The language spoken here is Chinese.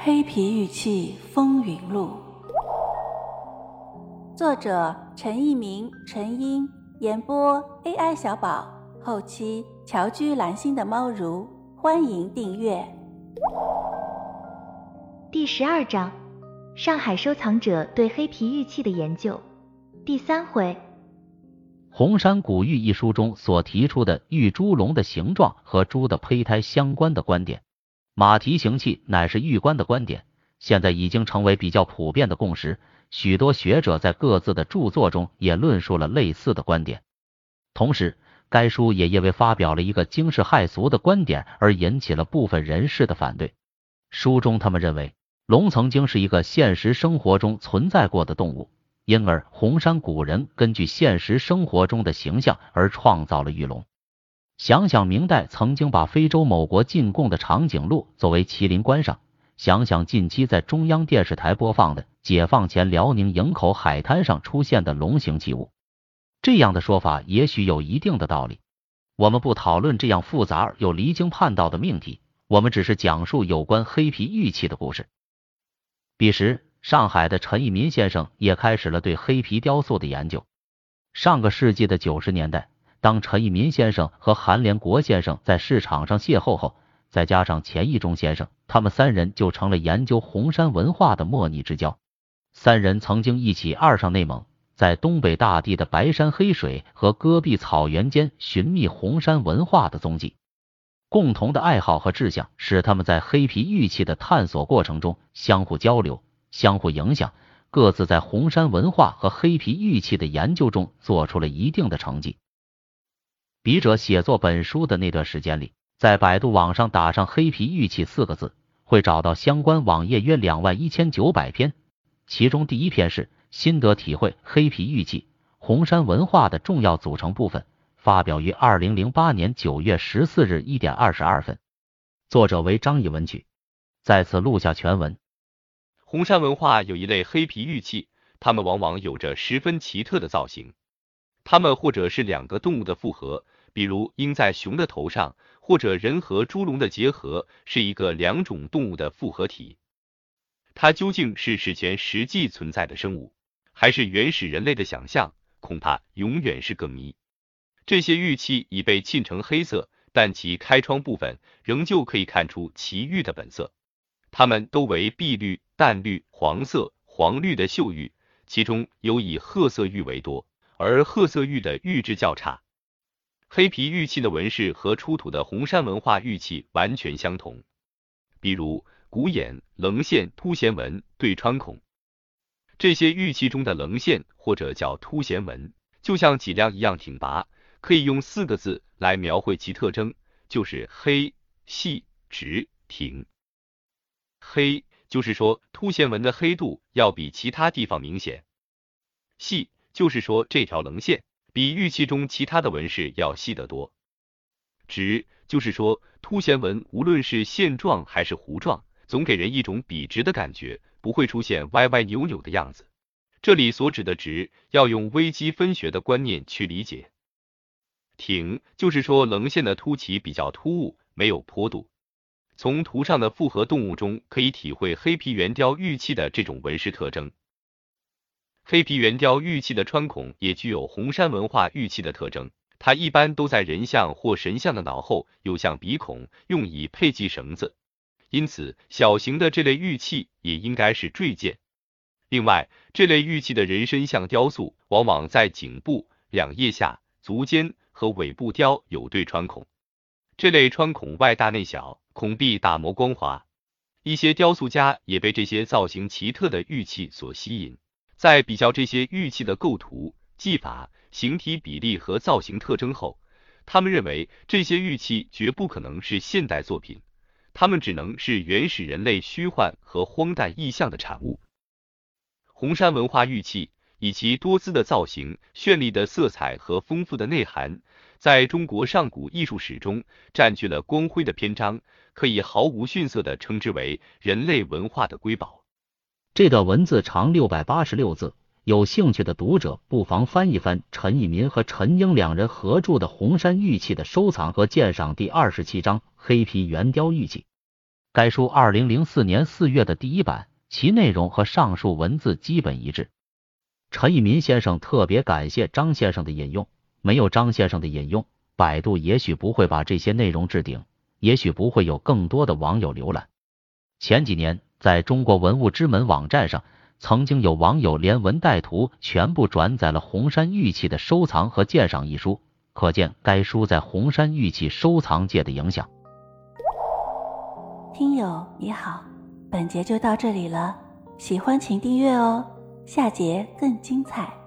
黑皮玉器风云录，作者陈一鸣、陈英，演播 AI 小宝，后期乔居蓝心的猫如，欢迎订阅。 第12章，上海收藏者对黑皮玉器的研究。第3回。 红山古玉一书中所提出的玉猪龙的形状和猪的胚胎相关的观点，马蹄形器乃是玉棺的观点，现在已经成为比较普遍的共识，许多学者在各自的著作中也论述了类似的观点。同时，该书也因为发表了一个惊世骇俗的观点而引起了部分人士的反对。书中他们认为，龙曾经是一个现实生活中存在过的动物，因而红山古人根据现实生活中的形象而创造了玉龙。想想明代曾经把非洲某国进贡的长颈鹿作为麒麟观赏，想想近期在中央电视台播放的解放前辽宁营口海滩上出现的龙形器物，这样的说法也许有一定的道理。我们不讨论这样复杂而又离经叛道的命题，我们只是讲述有关黑皮玉器的故事。彼时，上海的陈一民先生也开始了对黑皮雕塑的研究。上个世纪的90年代，当陈一民先生和韩连国先生在市场上邂逅后，再加上钱一中先生，他们三人就成了研究红山文化的莫逆之交。三人曾经一起二上内蒙，在东北大地的白山黑水和戈壁草原间寻觅红山文化的踪迹。共同的爱好和志向使他们在黑皮玉器的探索过程中相互交流、相互影响，各自在红山文化和黑皮玉器的研究中做出了一定的成绩。笔者写作本书的那段时间里，在百度网上打上黑皮玉器4个字，会找到相关网页约21900篇，其中第一篇是心得体会黑皮玉器红山文化的重要组成部分，发表于2008年9月14日1点22分，作者为张以文曲。在此录下全文。 红山文化有一类黑皮玉器，它们往往有着十分奇特的造型，它们或者是两个动物的复合，比如鹰在熊的头上，或者人和猪龙的结合，是一个两种动物的复合体。它究竟是史前实际存在的生物，还是原始人类的想象，恐怕永远是个谜。这些玉器已被沁成黑色，但其开窗部分仍旧可以看出其玉的本色。它们都为碧绿、淡绿、黄色、黄绿的锈玉，其中有以褐色玉为多，而褐色玉的玉质较差。黑皮玉器的纹饰和出土的红山文化玉器完全相同，比如鼓眼、棱线、凸弦纹、对穿孔。这些玉器中的棱线或者叫凸弦纹，就像脊梁一样挺拔，可以用4个字来描绘其特征，就是黑、细、直、挺。黑就是说凸弦纹的黑度要比其他地方明显，细就是说这条棱线比玉器中其他的纹饰要细得多，直就是说凸弦纹无论是线状还是弧状，总给人一种笔直的感觉，不会出现歪歪扭扭的样子。这里所指的直要用微积分学的观念去理解。挺就是说棱线的凸起比较突兀，没有坡度。从图上的复合动物中可以体会黑皮圆雕玉器的这种纹饰特征。黑皮圆雕玉器的穿孔也具有红山文化玉器的特征，它一般都在人像或神像的脑后有像鼻孔，用以配系绳子，因此小型的这类玉器也应该是坠件。另外，这类玉器的人身像雕塑往往在颈部、两腋下、足尖和尾部雕有对穿孔，这类穿孔外大内小，孔壁打磨光滑。一些雕塑家也被这些造型奇特的玉器所吸引，在比较这些玉器的构图、技法、形体比例和造型特征后，他们认为这些玉器绝不可能是现代作品，它们只能是原始人类虚幻和荒诞意象的产物。红山文化玉器以其多姿的造型、绚丽的色彩和丰富的内涵，在中国上古艺术史中占据了光辉的篇章，可以毫无逊色地称之为人类文化的瑰宝。 这段文字长686字，有兴趣的读者不妨翻一翻陈一民和陈英两人合著的红山玉器的收藏和鉴赏第27章黑皮圆雕玉器。 该书2004年4月的第一版，其内容和上述文字基本一致。陈一民先生特别感谢张先生的引用，没有张先生的引用，百度也许不会把这些内容置顶，也许不会有更多的网友浏览。前几年，在中国文物之门网站上，曾经有网友连文带图全部转载了红山玉器的收藏和鉴赏一书，可见该书在红山玉器收藏界的影响。 听友你好，本节就到这里了，喜欢请订阅哦，下节更精彩。